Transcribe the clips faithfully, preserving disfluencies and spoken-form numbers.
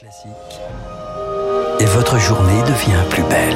Classique. Et votre journée devient plus belle.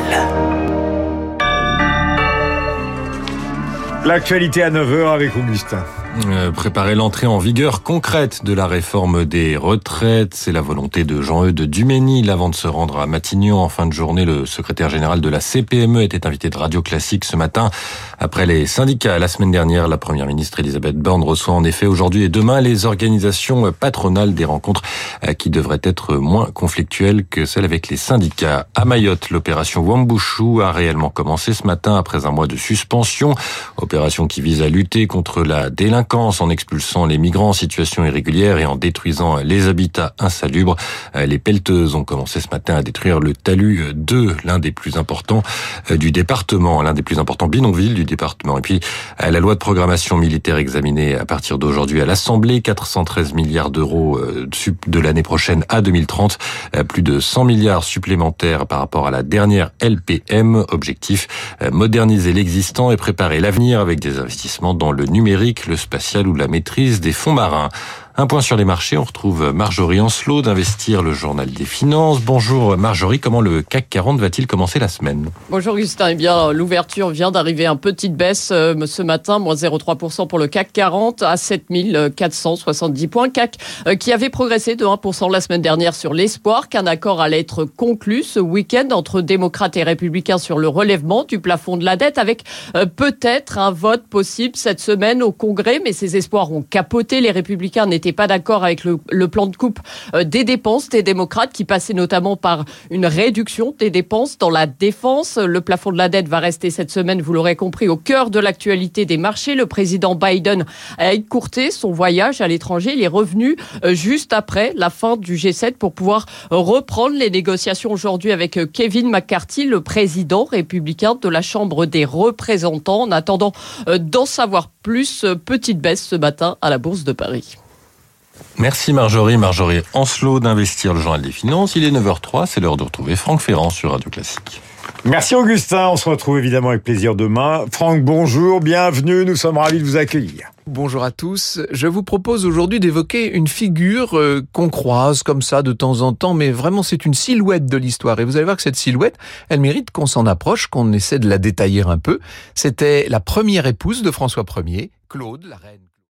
L'actualité à neuf heures avec Augustin. Euh, préparer l'entrée en vigueur concrète de la réforme des retraites, c'est la volonté de Jean-Eudes Duménil. Avant de se rendre à Matignon en fin de journée, le secrétaire général de la C P M E était invité de Radio Classique ce matin. Après les syndicats, la semaine dernière, la première ministre Elisabeth Borne reçoit en effet aujourd'hui et demain les organisations patronales, des rencontres qui devraient être moins conflictuelles que celles avec les syndicats. À Mayotte, l'opération Wambushu a réellement commencé ce matin après un mois de suspension. Opération qui vise à lutter contre la délinquance en expulsant les migrants en situation irrégulière et en détruisant les habitats insalubres. Les pelleteuses ont commencé ce matin à détruire le talus deux, l'un des plus importants du département, l'un des plus importants bidonvilles du département. Et puis, la loi de programmation militaire examinée à partir d'aujourd'hui à l'Assemblée, quatre cent treize milliards d'euros de l'année prochaine à deux mille trente, plus de cent milliards supplémentaires par rapport à la dernière L P M. Objectif, moderniser l'existant et préparer l'avenir avec des investissements dans le numérique, le spatial ou la maîtrise des fonds marins. Un point sur les marchés, on retrouve Marjorie Ancelot d'Investir, le journal des finances. Bonjour Marjorie, comment le C A C quarante va-t-il commencer la semaine ? Bonjour Augustin, eh bien l'ouverture vient d'arriver, une petite baisse euh, ce matin, moins zéro virgule trois pour cent pour le C A C quarante à sept mille quatre cent soixante-dix points. C A C euh, qui avait progressé de un pour cent la semaine dernière sur l'espoir qu'un accord allait être conclu ce week-end entre démocrates et républicains sur le relèvement du plafond de la dette avec euh, peut-être un vote possible cette semaine au Congrès, mais ces espoirs ont capoté. Les républicains n'étaient pas d'accord avec le, le plan de coupe euh, des dépenses des démocrates qui passait notamment par une réduction des dépenses dans la défense. Le plafond de la dette va rester cette semaine, vous l'aurez compris, au cœur de l'actualité des marchés. Le président Biden a écourté son voyage à l'étranger. Il est revenu euh, juste après la fin du G sept pour pouvoir euh, reprendre les négociations aujourd'hui avec euh, Kevin McCarthy, le président républicain de la Chambre des représentants. En attendant euh, d'en savoir plus, euh, petite baisse ce matin à la Bourse de Paris. Merci Marjorie. Marjorie Ancelot d'Investir, le journal des finances. Il est neuf heures zéro trois, c'est l'heure de retrouver Franck Ferrand sur Radio Classique. Merci Augustin, on se retrouve évidemment avec plaisir demain. Franck, bonjour, bienvenue, nous sommes ravis de vous accueillir. Bonjour à tous. Je vous propose aujourd'hui d'évoquer une figure euh, qu'on croise comme ça de temps en temps, mais vraiment c'est une silhouette de l'histoire. Et vous allez voir que cette silhouette, elle mérite qu'on s'en approche, qu'on essaie de la détailler un peu. C'était la première épouse de François Ier, Claude, la reine.